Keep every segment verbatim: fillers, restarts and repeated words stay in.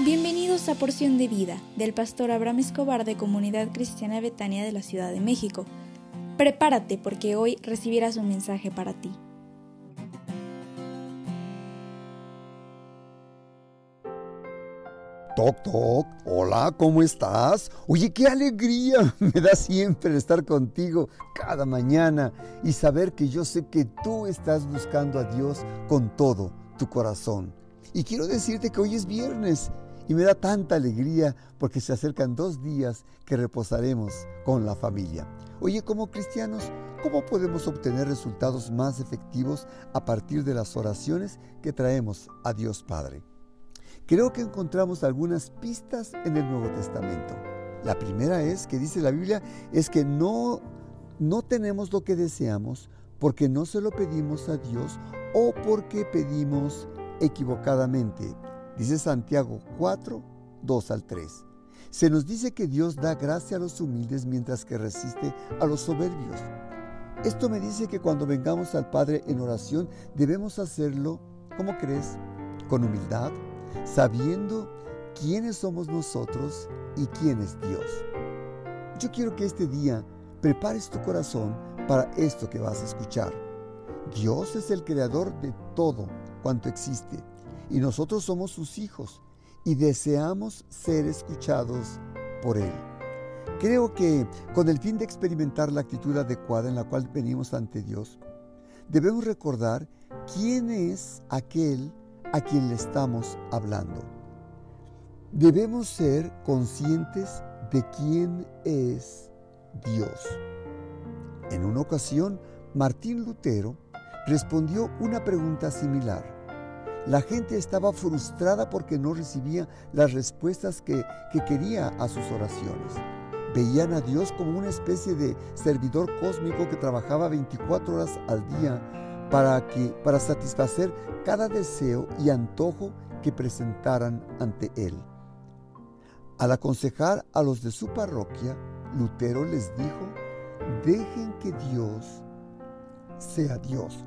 Bienvenidos a Porción de Vida, del pastor Abraham Escobar de Comunidad Cristiana Betania de la Ciudad de México. Prepárate porque hoy recibirás un mensaje para ti. Toc, toc, hola, ¿cómo estás? Oye, qué alegría me da siempre estar contigo cada mañana y saber que yo sé que tú estás buscando a Dios con todo tu corazón. Y quiero decirte que hoy es viernes y me da tanta alegría porque se acercan dos días que reposaremos con la familia. Oye, como cristianos, ¿cómo podemos obtener resultados más efectivos a partir de las oraciones que traemos a Dios Padre? Creo que encontramos algunas pistas en el Nuevo Testamento. La primera es que dice la Biblia, es que no, no tenemos lo que deseamos porque no se lo pedimos a Dios o porque pedimos equivocadamente. Dice Santiago cuatro, dos al tres. Se nos dice que Dios da gracia a los humildes mientras que resiste a los soberbios. Esto me dice que cuando vengamos al Padre en oración debemos hacerlo, ¿cómo crees? Con humildad, sabiendo quiénes somos nosotros y quién es Dios. Yo quiero que este día prepares tu corazón para esto que vas a escuchar. Dios es el creador de todo cuanto existe y nosotros somos sus hijos y deseamos ser escuchados por Él. Creo que con el fin de experimentar la actitud adecuada en la cual venimos ante Dios, debemos recordar quién es aquel a quien le estamos hablando. Debemos ser conscientes de quién es Dios. En una ocasión, Martín Lutero respondió una pregunta similar. La gente estaba frustrada porque no recibía las respuestas que, que quería a sus oraciones. Veían a Dios como una especie de servidor cósmico que trabajaba veinticuatro horas al día para, que, para satisfacer cada deseo y antojo que presentaran ante Él. Al aconsejar a los de su parroquia, Lutero les dijo, dejen que Dios sea Dios.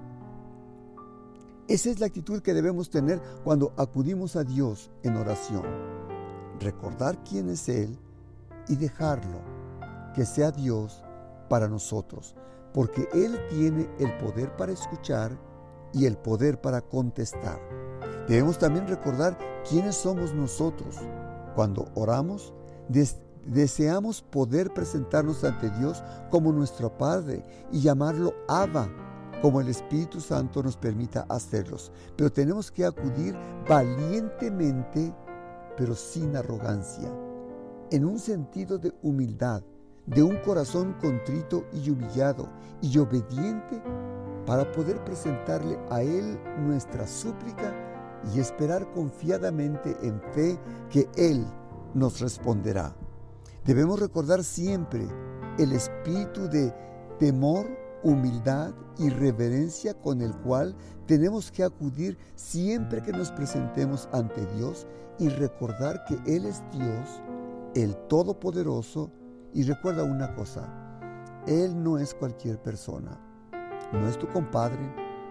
Esa es la actitud que debemos tener cuando acudimos a Dios en oración. Recordar quién es Él y dejarlo que sea Dios para nosotros, porque Él tiene el poder para escuchar y el poder para contestar. Debemos también recordar quiénes somos nosotros. Cuando oramos, des- deseamos poder presentarnos ante Dios como nuestro Padre y llamarlo Abba, como el Espíritu Santo nos permita hacerlos. Pero tenemos que acudir valientemente, pero sin arrogancia, en un sentido de humildad, de un corazón contrito y humillado y obediente para poder presentarle a Él nuestra súplica y esperar confiadamente en fe que Él nos responderá. Debemos recordar siempre el espíritu de temor, humildad y reverencia con el cual tenemos que acudir siempre que nos presentemos ante Dios y recordar que Él es Dios, el Todopoderoso. Y recuerda una cosa, Él no es cualquier persona, no es tu compadre,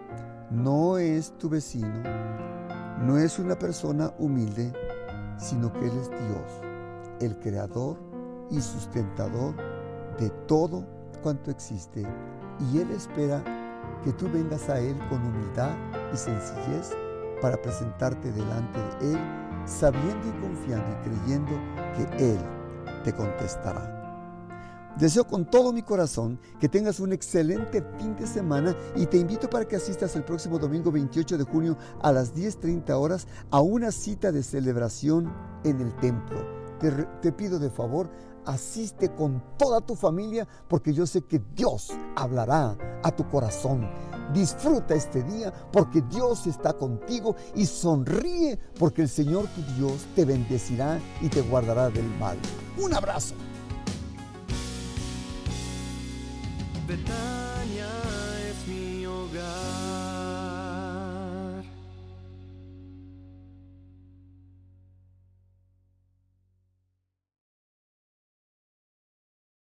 no es tu vecino, no es una persona humilde, sino que Él es Dios, el creador y sustentador de todo cuanto existe. Y Él espera que tú vengas a Él con humildad y sencillez para presentarte delante de Él, sabiendo y confiando y creyendo que Él te contestará. Deseo con todo mi corazón que tengas un excelente fin de semana y te invito para que asistas el próximo domingo veintiocho de junio a las diez treinta horas a una cita de celebración en el templo. Te, te pido de favor, asiste con toda tu familia porque yo sé que Dios hablará a tu corazón. Disfruta este día porque Dios está contigo y sonríe porque el Señor tu Dios te bendecirá y te guardará del mal. Un abrazo. Betania es mi hogar.